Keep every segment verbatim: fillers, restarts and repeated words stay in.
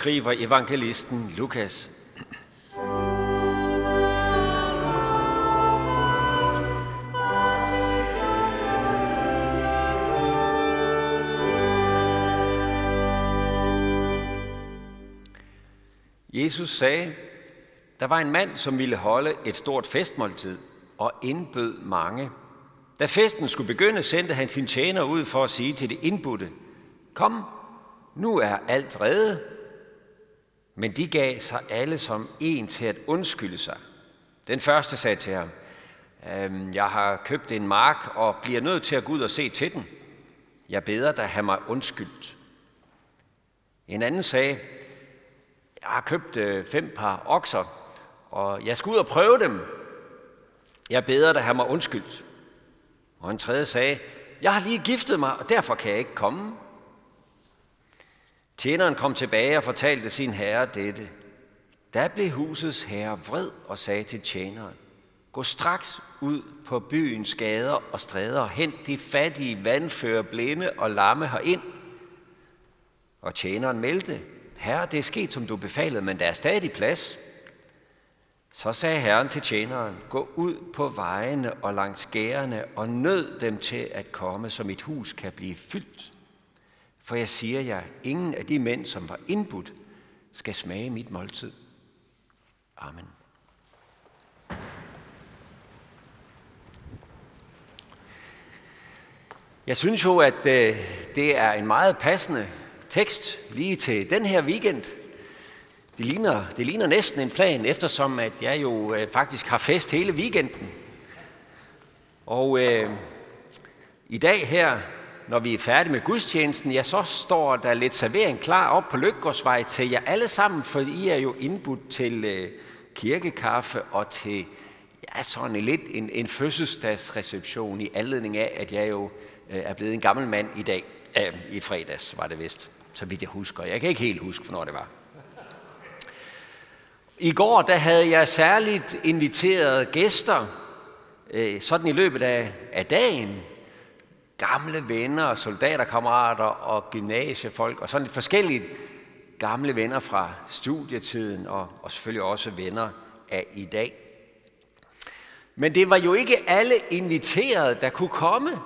skriver evangelisten Lukas. Jesus sagde, der var en mand, som ville holde et stort festmåltid og indbød mange. Da festen skulle begynde, sendte han sin tjener ud for at sige til de indbudte, kom, nu er alt rede. Men de gav sig alle som en til at undskylde sig. Den første sagde til ham, jeg har købt en mark og bliver nødt til at gå ud og se til den. Jeg beder dig have mig undskyldt. En anden sagde, jeg har købt fem par okser, og jeg skal ud og prøve dem. Jeg beder dig have mig undskyldt. Og en tredje sagde, jeg har lige giftet mig, og derfor kan jeg ikke komme. Tjeneren kom tilbage og fortalte sin herre dette. Da blev husets herre vred og sagde til tjeneren, gå straks ud på byens gader og stræder og hent de fattige, vandføre, blinde og lamme herind. Og tjeneren meldte, herre, det er sket, som du befalede, men der er stadig plads. Så sagde herren til tjeneren, gå ud på vejene og langs gærene og nød dem til at komme, så mit hus kan blive fyldt. For jeg siger jer, ingen af de mænd, som var indbudt, skal smage mit måltid. Amen. Jeg synes jo, at øh, det er en meget passende tekst lige til den her weekend. Det ligner, det ligner næsten en plan, eftersom at jeg jo øh, faktisk har fest hele weekenden. Og øh, i dag her, når vi er færdige med gudstjenesten, ja, så står der lidt servering klar op på Lykgårdsvej til jer alle sammen, for I er jo indbudt til øh, kirkekaffe og til ja, sådan en lidt en, en fødselsdagsreception i anledning af, at jeg jo øh, er blevet en gammel mand i dag. Øh, I fredags var det vist, så vidt jeg husker. Jeg kan ikke helt huske, hvornår det var. I går der havde jeg særligt inviteret gæster, øh, sådan i løbet af, af dagen. Gamle venner, soldaterkammerater og gymnasiefolk og sådan lidt forskelligt. Gamle venner fra studietiden og, og selvfølgelig også venner af i dag. Men det var jo ikke alle inviterede, der kunne komme.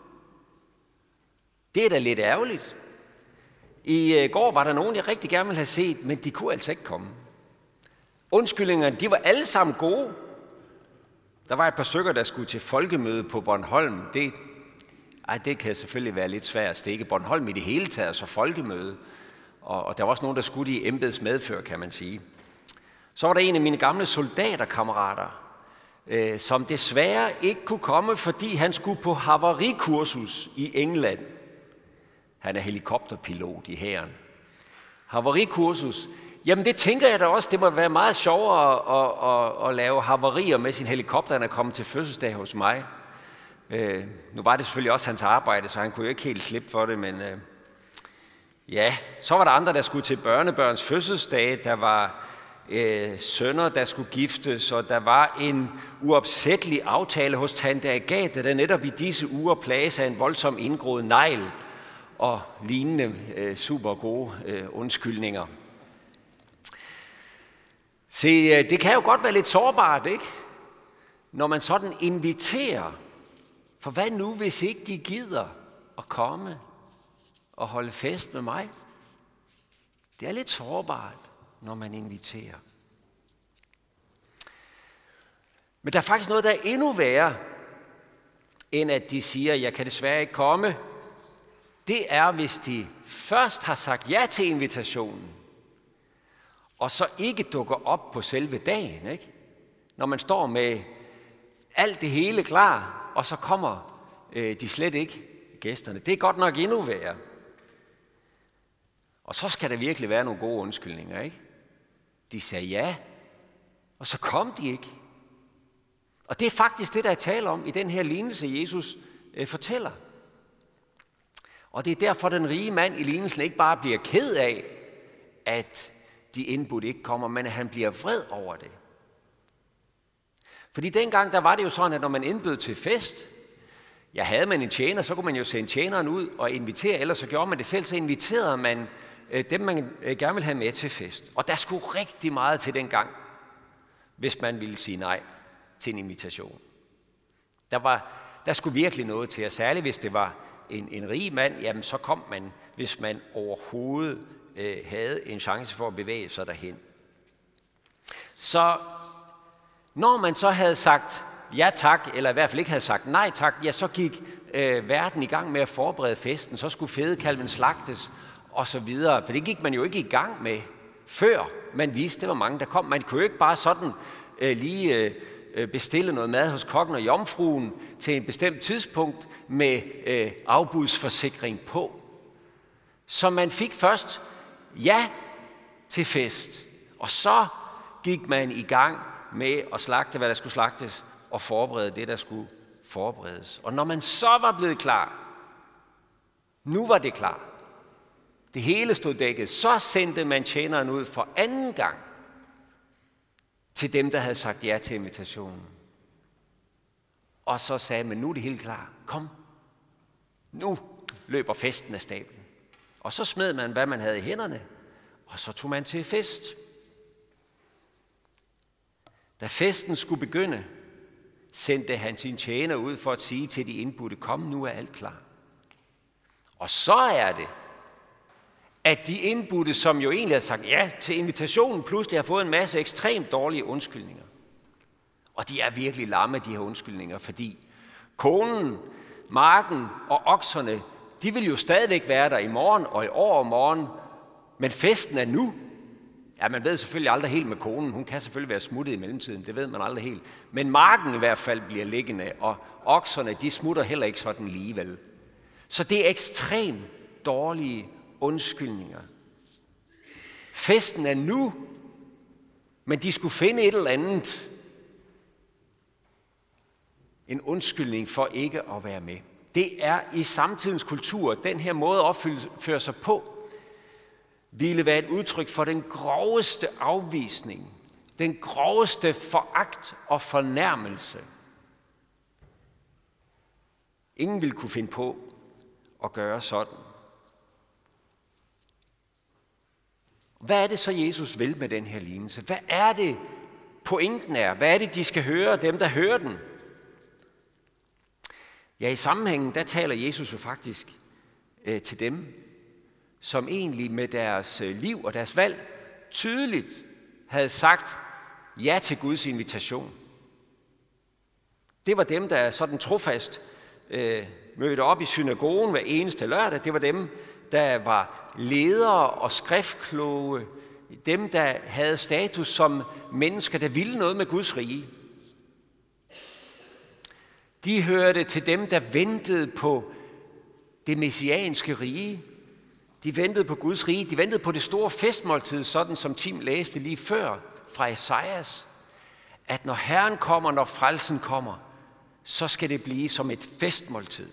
Det er da lidt ærgerligt. I går var der nogen, jeg rigtig gerne ville have set, men de kunne altså ikke komme. Undskyldningerne, de var alle sammen gode. Der var et par stykker, der skulle til folkemøde på Bornholm. Det, ej, det kan selvfølgelig være lidt svært at stikke. Bornholm i det hele taget, så folkemøde. Og, og der var også nogen, der skulle i embeds medfør, kan man sige. Så var der en af mine gamle soldaterkammerater, øh, som desværre ikke kunne komme, fordi han skulle på havarikursus i England. Han er helikopterpilot i hæren. Havarikursus. Jamen det tænker jeg da også, det må være meget sjovere at, at, at, at lave havarier med sin helikopter, end at komme til fødselsdag hos mig. Øh, nu var det selvfølgelig også hans arbejde, så han kunne jo ikke helt slippe for det, men øh, ja, så var der andre, der skulle til børnebørns fødselsdag, der var øh, sønner, der skulle giftes, og der var en uopsættelig aftale hos tante Agathe, der netop i disse uger plages af en voldsom indgroet negl og lignende øh, super gode øh, undskyldninger. Se, det kan jo godt være lidt sårbart, ikke? Når man sådan inviterer. For hvad nu, hvis ikke de gider at komme og holde fest med mig? Det er lidt sårbart, når man inviterer. Men der er faktisk noget, der er endnu værre, end at de siger, jeg kan desværre ikke komme. Det er, hvis de først har sagt ja til invitationen, og så ikke dukker op på selve dagen, ikke? Når man står med alt det hele klar, og så kommer øh, de slet ikke, gæsterne. Det er godt nok endnu værre. Og så skal der virkelig være nogle gode undskyldninger, ikke? De sagde ja, og så kom de ikke. Og det er faktisk det, der er tale om i den her lignelse, Jesus øh, fortæller. Og det er derfor, den rige mand i lignelsen ikke bare bliver ked af, at de indbudte ikke kommer, men at han bliver vred over det. Fordi dengang, der var det jo sådan, at når man indbød til fest, ja, havde man en tjener, så kunne man jo sende tjeneren ud og invitere, ellers så gjorde man det selv, så inviterede man dem man gerne vil have med til fest. Og der skulle rigtig meget til dengang, hvis man ville sige nej til en invitation. Der, var, der skulle virkelig noget til, og særligt hvis det var en, en rig mand, jamen så kom man, hvis man overhovedet øh, havde en chance for at bevæge sig derhen. Så når man så havde sagt ja tak, eller i hvert fald ikke havde sagt nej tak, ja, så gik øh, verden i gang med at forberede festen, så skulle fedekalven slagtes, og så videre. For det gik man jo ikke i gang med, før man vidste, det var mange, der kom. Man kunne jo ikke bare sådan øh, lige øh, bestille noget mad hos kokken og jomfruen til en bestemt tidspunkt med øh, afbudsforsikring på. Så man fik først ja til fest, og så gik man i gang med at slagte, hvad der skulle slagtes, og forberede det, der skulle forberedes. Og når man så var blevet klar, nu var det klar, det hele stod dækket, så sendte man tjeneren ud for anden gang til dem, der havde sagt ja til invitationen. Og så sagde man, nu er det helt klar. Kom, nu løber festen af stablen. Og så smed man, hvad man havde i hænderne, og så tog man til fest. Da festen skulle begynde, sendte han sin tjener ud for at sige til de indbudte, kom, nu er alt klar. Og så er det, at de indbudte, som jo egentlig har sagt ja til invitationen, pludselig har fået en masse ekstremt dårlige undskyldninger. Og de er virkelig lamme, de her undskyldninger, fordi konen, marken og okserne, de vil jo stadigvæk være der i morgen og i overmorgen, men festen er nu. Ja, man ved selvfølgelig aldrig helt med konen. Hun kan selvfølgelig være smuttet i mellemtiden, det ved man aldrig helt. Men marken i hvert fald bliver liggende, og okserne, de smutter heller ikke sådan ligevel. Så det er ekstremt dårlige undskyldninger. Festen er nu, men de skulle finde et eller andet. En undskyldning for ikke at være med. Det er i samtidens kultur, den her måde at opføre sig på, ville være et udtryk for den groveste afvisning, den groveste foragt og fornærmelse. Ingen ville kunne finde på at gøre sådan. Hvad er det så, Jesus vil med den her lignelse? Hvad er det, pointen er? Hvad er det, de skal høre, dem der hører den? Ja, i sammenhængen, der taler Jesus jo faktisk øh, til dem, som egentlig med deres liv og deres valg tydeligt havde sagt ja til Guds invitation. Det var dem, der sådan trofast øh, mødte op i synagogen hver eneste lørdag. Det var dem, der var ledere og skriftkloge. Dem, der havde status som mennesker, der ville noget med Guds rige. De hørte til dem, der ventede på det messianske rige. De ventede på Guds rige. De ventede på det store festmåltid, sådan som Tim læste lige før fra Esajas. At når Herren kommer, når frelsen kommer, så skal det blive som et festmåltid.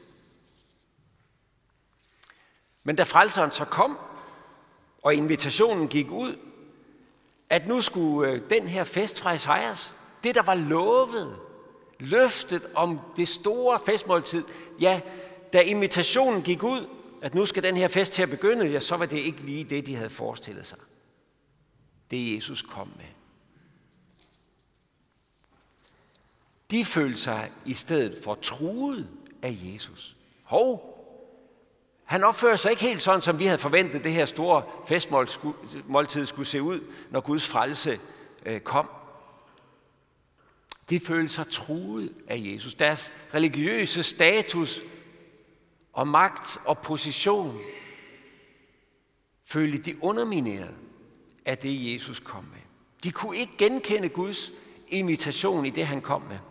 Men da frelseren så kom, og invitationen gik ud, at nu skulle den her fest fra Esajas, det der var lovet, løftet om det store festmåltid, ja, da invitationen gik ud, at nu skal den her fest til at begynde, ja, så var det ikke lige det, de havde forestillet sig. Det Jesus kom med. De følte sig i stedet for truet af Jesus. Hov, han opfører sig ikke helt sådan, som vi havde forventet, det her store festmåltid skulle se ud, når Guds frelse kom. De følte sig truet af Jesus. Deres religiøse status og magt og position følte de undermineret af det, Jesus kom med. De kunne ikke genkende Guds invitation i det, han kom med.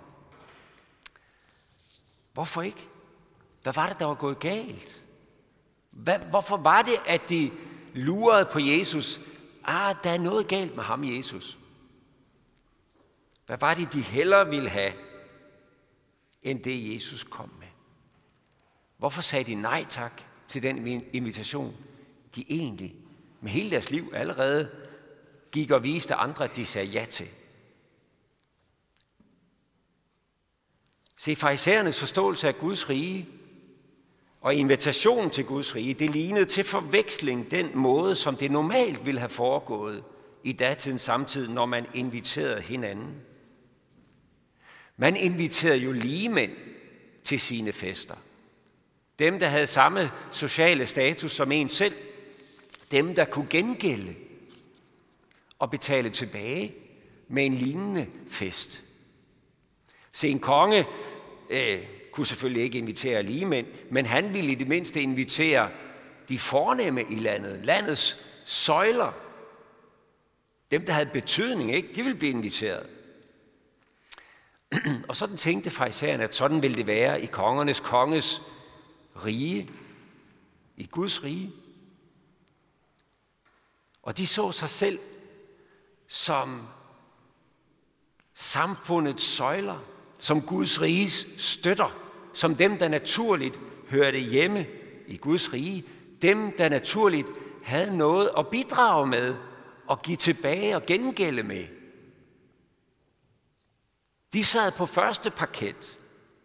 Hvorfor ikke? Hvad var det, der var gået galt? Hvad, hvorfor var det, at de lurede på Jesus? Ah, der er noget galt med ham, Jesus. Hvad var det, de hellere ville have, end det, Jesus kom med? Hvorfor sagde de nej tak til den invitation, de egentlig med hele deres liv allerede gik og viste andre, at de sagde ja til? Se, farisæernes forståelse af Guds rige Og invitationen til Guds rige, det lignede til forveksling den måde, som det normalt ville have foregået i datidens samtid, når man inviterede hinanden. Man inviterede jo ligemænd til sine fester. Dem, der havde samme sociale status som en selv. Dem, der kunne gengælde og betale tilbage med en lignende fest. Så en konge øh, kunne selvfølgelig ikke invitere ligemænd, men han ville i det mindste invitere de fornemme i landet, landets søjler. Dem, der havde betydning, ikke? De ville blive inviteret. Og sådan tænkte farisæerne, at sådan ville det være i kongernes konges rige, i Guds rige. Og de så sig selv som samfundets søjler, som Guds riges støtter, som dem, der naturligt hørte hjemme i Guds rige, dem, der naturligt havde noget at bidrage med og give tilbage og gengælde med. De sad på første parket.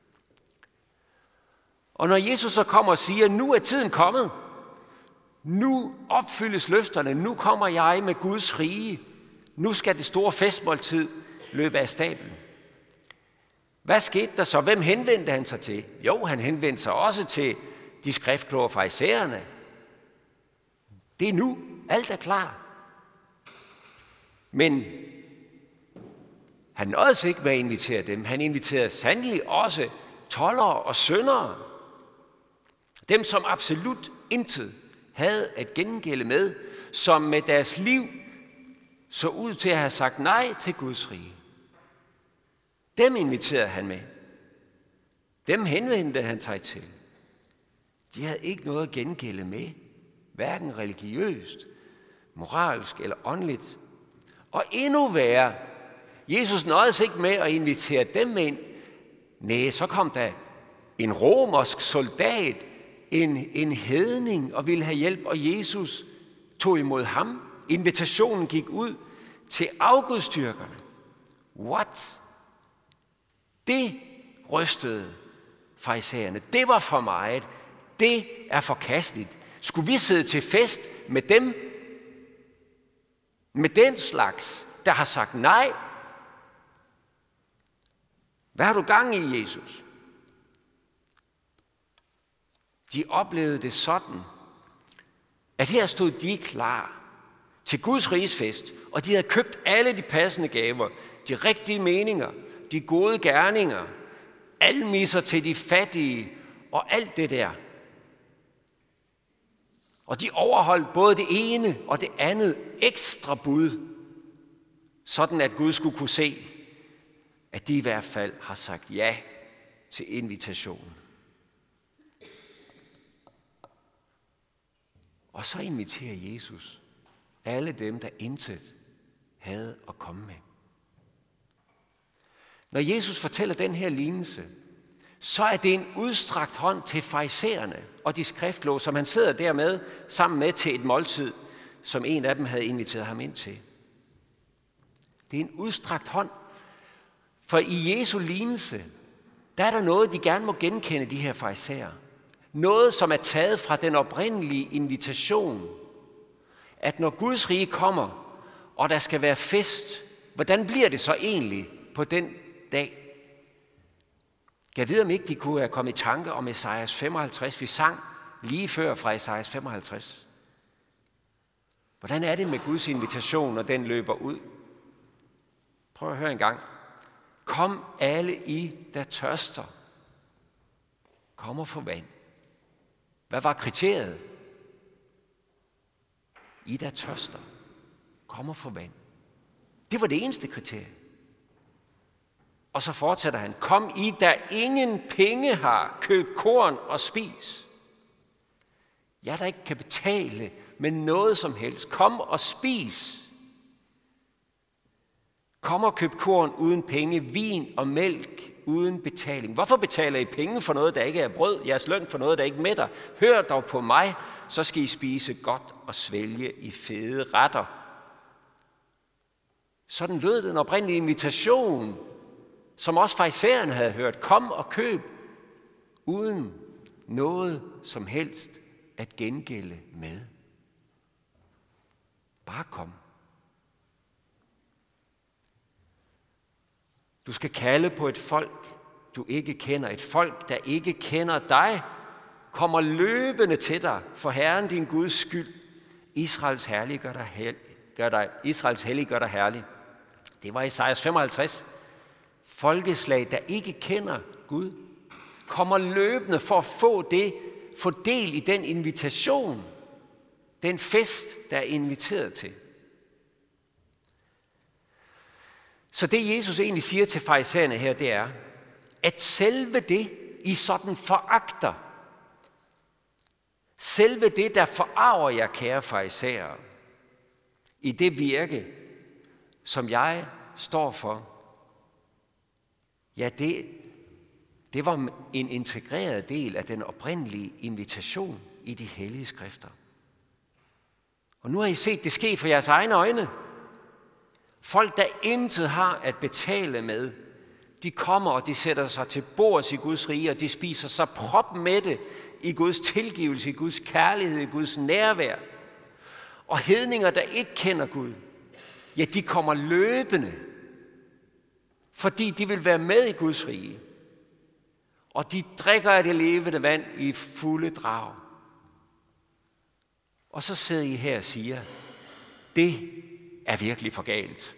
Og når Jesus så kommer og siger, nu er tiden kommet, nu opfyldes løfterne, nu kommer jeg med Guds rige, nu skal det store festmåltid løbe af stablen. Hvad skete der så? Hvem henvendte han sig til? Jo, han henvendte sig også til de skriftkloge farisæerne. Det er nu. Alt er klar. Men han nåede sig ikke med at invitere dem. Han inviterede sandelig også toldere og syndere. Dem, som absolut intet havde at gengælde med, som med deres liv så ud til at have sagt nej til Guds rige. Dem inviterede han med. Dem henvendte han sig til. De havde ikke noget at gengælde med, hverken religiøst, moralsk eller åndeligt. Og endnu værre, Jesus nåede sig ikke med at invitere dem ind. Næh, så kom der en romersk soldat, en, en hedning og ville have hjælp, og Jesus tog imod ham. Invitationen gik ud til afgudstyrkerne. What? Det rystede farisæerne. Det var for meget. Det er forkasteligt. Skulle vi sidde til fest med dem? Med den slags, der har sagt nej? Hvad har du gang i, Jesus? De oplevede det sådan, at her stod de klar til Guds riges fest, og de havde købt alle de passende gaver, de rigtige meninger, de gode gerninger, almisser til de fattige og alt det der. Og de overholdt både det ene og det andet ekstra bud, sådan at Gud skulle kunne se, at de i hvert fald har sagt ja til invitationen. Og så inviterer Jesus alle dem, der intet havde at komme med. Når Jesus fortæller den her lignelse, så er det en udstrakt hånd til farisæerne og de skriftkloge, som han sidder dermed sammen med til et måltid, som en af dem havde inviteret ham ind til. Det er en udstrakt hånd, for i Jesu lignelse, der er der noget, de gerne må genkende, de her farisæere. Noget, som er taget fra den oprindelige invitation, at når Guds rige kommer, og der skal være fest, hvordan bliver det så egentlig på den dag? Jeg ved, om ikke de kunne have kommet i tanke om Esajas femoghalvtreds. Vi sang lige før fra Esajas femoghalvtreds. Hvordan er det med Guds invitation, når den løber ud? Prøv at høre en gang. Kom alle I, der tørster. Kom og få vand. Hvad var kriteriet? I, der tørster. Kom og få vand. Det var det eneste kriterie. Og så fortsætter han. Kom I, der ingen penge har, køb korn og spis. Jeg der ikke kan betale med noget som helst. Kom og spis. Kom og køb korn uden penge, vin og mælk uden betaling. Hvorfor betaler I penge for noget, der ikke er brød? Jeres løn for noget, der ikke mætter. Hør dog på mig, så skal I spise godt og svælge i fede retter. Sådan lød den oprindelige invitation, som også farisæerne havde hørt. Kom og køb uden noget som helst at gengælde med. Bare kom. Du skal kalde på et folk, du ikke kender. Et folk, der ikke kender dig, kommer løbende til dig for Herren din Guds skyld. Israels herlig gør dig, hel, gør dig, Israels hellig gør dig herlig. Det var Esajas femoghalvtreds. Folkeslag, der ikke kender Gud, kommer løbende for at få det, få del i den invitation, den fest, der er inviteret til. Så det Jesus egentlig siger til farisæerne her, det er, at selve det, I sådan foragter, selve det, der forarver jer, kære farisæere, i det virke, som jeg står for, ja, det, det var en integreret del af den oprindelige invitation i de hellige skrifter. Og nu har I set det ske for jeres egne øjne. Folk, der intet har at betale med, de kommer og de sætter sig til bords i Guds rige, og de spiser sig propmætte i Guds tilgivelse, i Guds kærlighed, i Guds nærvær. Og hedninger, der ikke kender Gud, ja, de kommer løbende, fordi de vil være med i Guds rige. Og de drikker af det levende vand i fulde drag. Og så sidder I her og siger, det er virkelig for galt.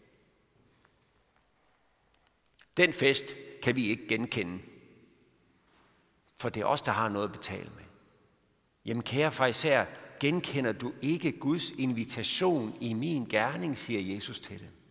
Den fest kan vi ikke genkende, for det er os, der har noget at betale med. Jamen kære farisæer, genkender du ikke Guds invitation i min gerning, siger Jesus til det.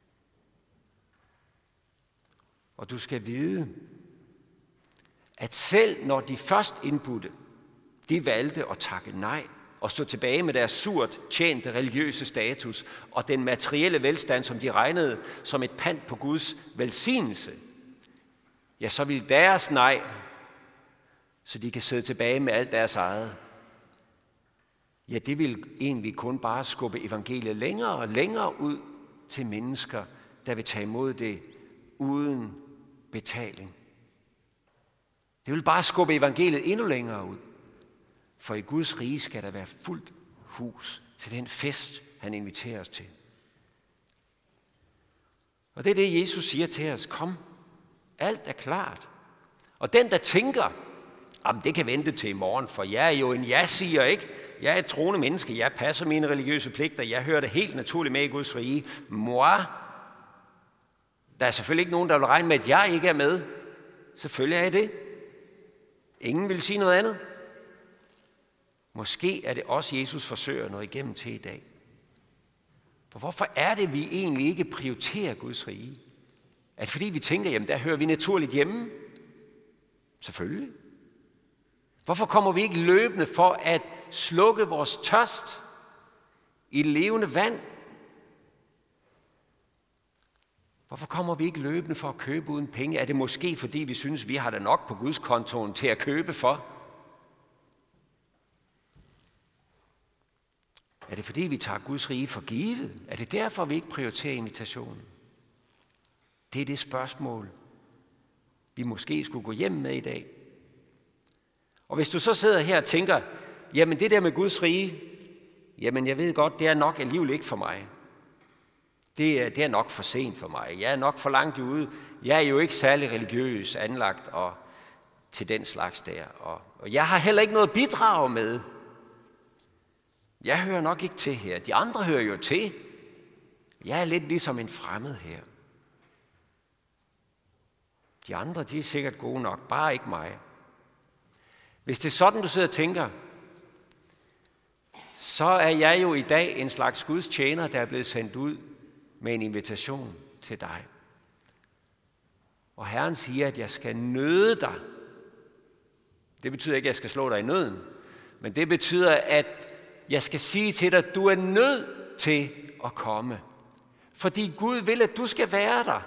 Og du skal vide, at selv når de først indbudte, de valgte at takke nej og stå tilbage med deres surt tjente religiøse status og den materielle velstand, som de regnede som et pant på Guds velsignelse, ja, så ville deres nej, så de kan sidde tilbage med alt deres eget, ja, det vil egentlig kun bare skubbe evangeliet længere og længere ud til mennesker, der vil tage imod det uden betaling. Det vil bare skubbe evangeliet endnu længere ud. For i Guds rige skal der være fuldt hus til den fest, han inviterer os til. Og det er det, Jesus siger til os. Kom, alt er klart. Og den, der tænker, jamen det kan vente til i morgen, for jeg er jo en ja-siger, ikke? Jeg er et troende menneske, jeg passer mine religiøse pligter, jeg hører det helt naturligt med i Guds rige. Moi, der er selvfølgelig ikke nogen, der vil regne med, at jeg ikke er med. Selvfølgelig er jeg det. Ingen vil sige noget andet. Måske er det også, Jesus forsøger noget igennem til i dag. For hvorfor er det, vi egentlig ikke prioriterer Guds rige? Er det fordi, vi tænker, jamen der hører vi naturligt hjemme? Selvfølgelig. Hvorfor kommer vi ikke løbende for at slukke vores tørst i levende vand? Hvorfor kommer vi ikke løbende for at købe uden penge? Er det måske, fordi vi synes, vi har da nok på Guds kontoen til at købe for? Er det fordi, vi tager Guds rige for givet? Er det derfor, vi ikke prioriterer invitationen? Det er det spørgsmål, vi måske skulle gå hjem med i dag. Og hvis du så sidder her og tænker, jamen det der med Guds rige, jamen jeg ved godt, det er nok alligevel ikke for mig. Det er, det er nok for sent for mig. Jeg er nok for langt ude. Jeg er jo ikke særlig religiøs anlagt og til den slags der. Og, og jeg har heller ikke noget bidrag med. Jeg hører nok ikke til her. De andre hører jo til. Jeg er lidt ligesom en fremmed her. De andre, de er sikkert gode nok, bare ikke mig. Hvis det er sådan, du sidder og tænker, så er jeg jo i dag en slags Guds tjener, der er blevet sendt ud med en invitation til dig. Og Herren siger, at jeg skal nøde dig. Det betyder ikke, at jeg skal slå dig i nøden, men det betyder, at jeg skal sige til dig, at du er nødt til at komme. Fordi Gud vil, at du skal være der.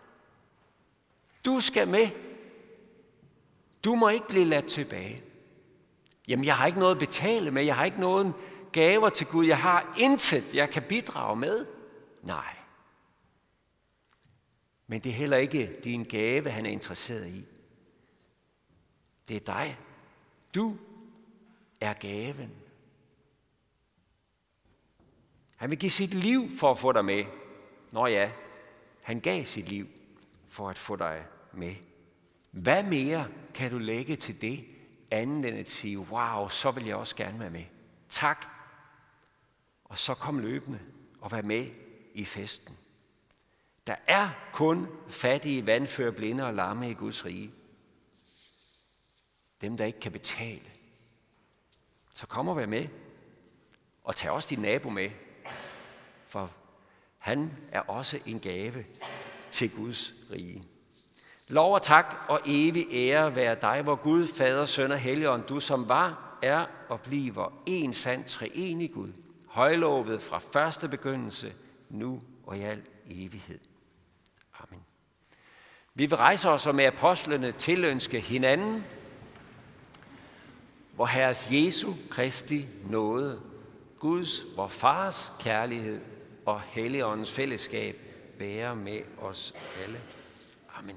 Du skal med. Du må ikke blive ladt tilbage. Jamen, jeg har ikke noget at betale med. Jeg har ikke nogen gaver til Gud. Jeg har intet, jeg kan bidrage med. Nej. Men det er heller ikke din gave, han er interesseret i. Det er dig. Du er gaven. Han vil give sit liv for at få dig med. Nå ja, han gav sit liv for at få dig med. Hvad mere kan du lægge til det, andet end at sige, wow, så vil jeg også gerne være med. Tak. Og så kom løbende og vær med i festen. Der er kun fattige, vandføre, blinde og lamme i Guds rige. Dem, der ikke kan betale. Så kom og vær med. Og tag også din nabo med. For han er også en gave til Guds rige. Lov og tak og evig ære være dig, hvor Gud, Fader, Søn og Helligånd, du som var, er og bliver en sand treenig Gud, højlovet fra første begyndelse, nu og i al evighed. Amen. Vi vil rejse os og med apostlene tilønske hinanden, hvor Herres Jesu Kristi nåde, Guds, vor Fars kærlighed og Helligåndens fællesskab være med os alle. Amen.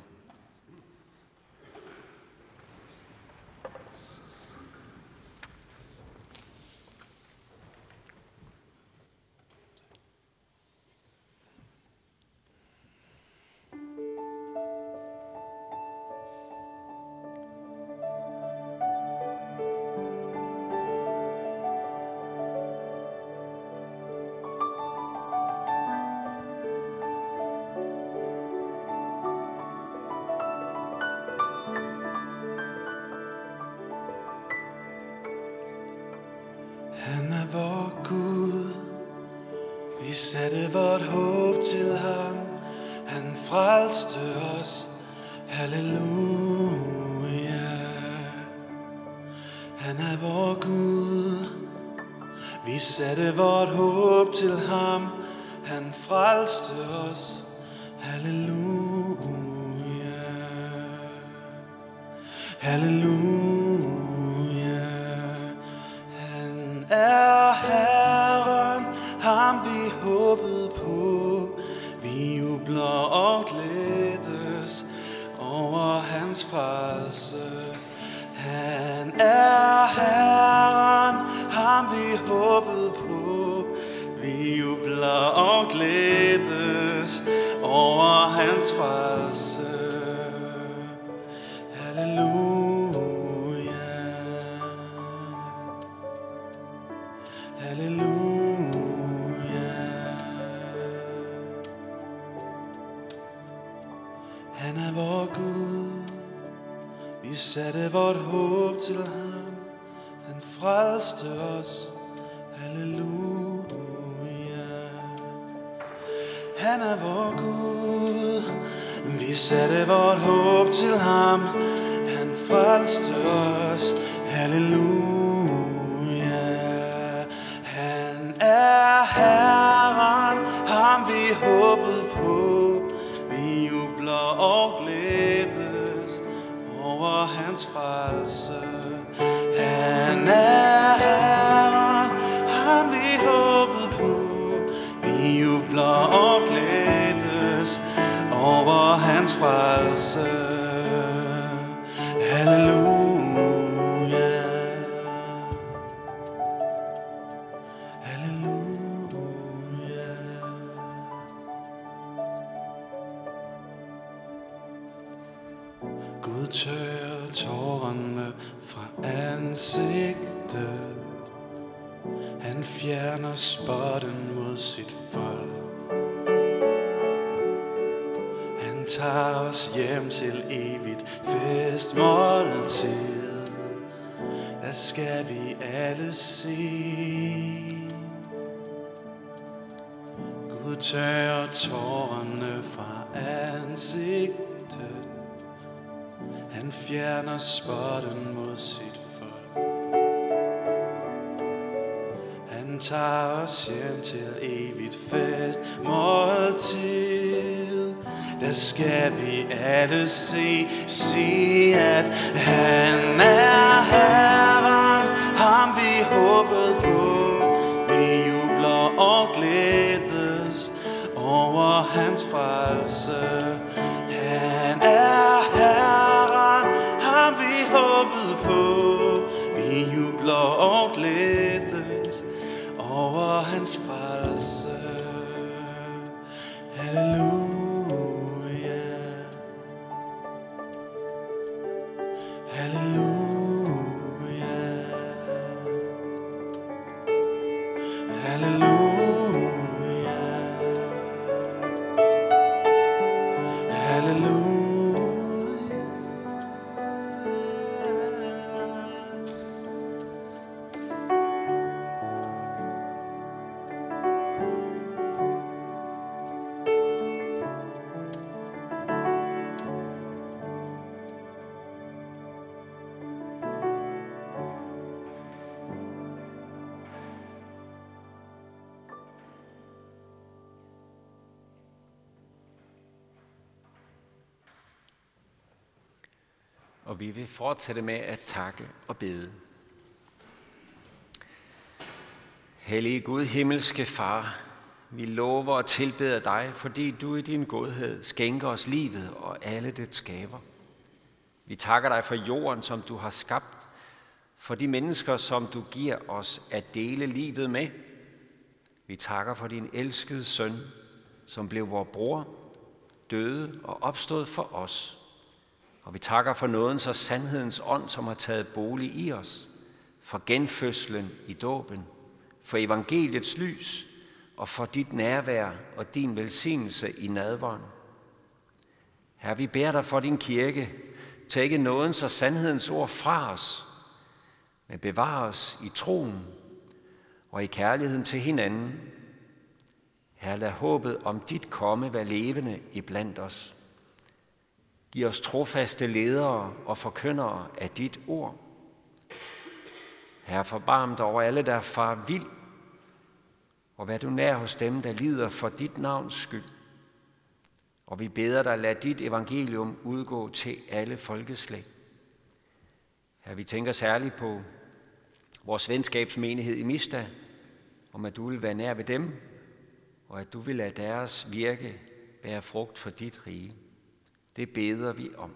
Han er vor Gud, vi satte vort håb til ham, han frelste os, halleluja. Han er vor Gud, vi satte vort håb til ham, han frelste os, halleluja. Halleluja. Er Herren, ham vi håbede på, vi jubler og glædes over hans frelse. Han er Herren, ham vi håbede på, vi jubler og glædes over hans frelse. Halleluja. Halleluja. Han er vor Gud, vi satte vort håb til ham, han frelste os, halleluja. Han er vor Gud, vi satte vort håb til ham, han frelste os, halleluja. Er Herren, ham vi håbede på, vi jubler og glædes over hans frelse. Han er Herren, ham vi håbede på, vi jubler og glædes over hans frelse. Halleluja. Gud tørrer tårerne fra ansigtet. Han fjerner spotten mod sit folk. Han tager os hjem til evigt festmåltid. Der skal vi alle se. Gud tørrer tårerne fra ansigtet. Han fjerner spotten mod sit folk. Han tager os hjem til evigt fest måltid. Der skal vi alle se, se at han er Herren, ham vi håbede på. Vi jubler og glædes over hans frelse. Han er Herren, ham vi håbede på. hans frelse. Halleluja. Halleluja. Halleluja. Halleluja. Og vi vil fortsætte med at takke og bede. Hellige Gud, himmelske Far, vi lover og tilbeder dig, fordi du i din godhed skænker os livet og alle det skaber. Vi takker dig for jorden, som du har skabt, for de mennesker, som du giver os at dele livet med. Vi takker for din elskede søn, som blev vor bror, døde og opstod for os. Og vi takker for nådens og sandhedens ånd, som har taget bolig i os, for genfødslen i dåben, for evangeliets lys og for dit nærvær og din velsignelse i nadveren. Herre, vi beder dig for din kirke, tag ikke nådens og sandhedens ord fra os, men bevar os i troen og i kærligheden til hinanden. Herre, lad håbet om dit komme være levende iblandt os. Giv os trofaste ledere og forkyndere af dit ord. Herre, forbarm dig over alle, der far vild, og vær du nær hos dem, der lider for dit navns skyld. Og vi beder dig, lad dit evangelium udgå til alle folkeslag. Herre, vi tænker særligt på vores venskabsmenighed i Mista, om at du vil være nær ved dem, og at du vil lade deres virke bære frugt for dit rige. Det beder vi om.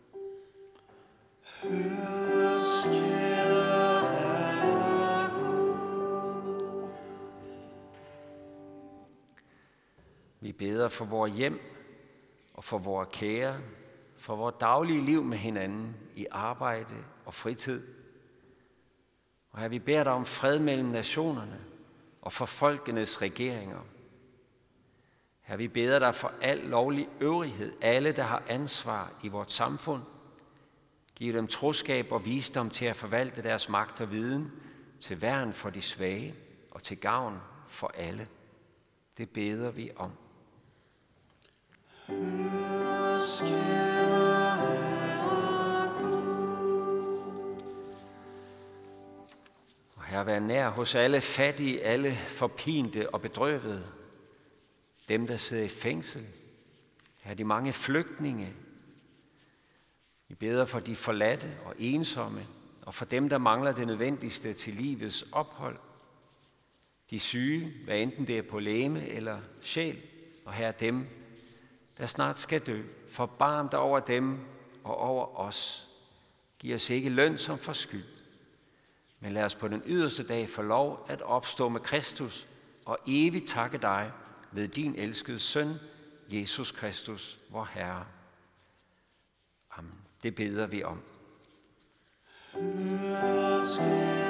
Vi beder for vores hjem og for vores kære, for vores daglige liv med hinanden i arbejde og fritid. Og her vi beder dig om fred mellem nationerne og for folkenes regeringer. Her vi beder dig for al lovlig øvrighed, alle der har ansvar i vort samfund. Giv dem troskab og visdom til at forvalte deres magt og viden til værn for de svage og til gavn for alle. Det beder vi om. Og her vær nær hos alle fattige, alle forpinte og bedrøvede. Dem, der sidder i fængsel, her de mange flygtninge. Vi beder for de forladte og ensomme, og for dem, der mangler det nødvendigste til livets ophold. De syge, hvad enten det er på legeme eller sjæl, og her dem, der snart skal dø. Forbarm dig over dem og over os. Giv os ikke løn som for skyld, men lad os på den yderste dag få lov at opstå med Kristus og evigt takke dig ved din elskede søn, Jesus Kristus, vor Herre. Amen. Det beder vi om.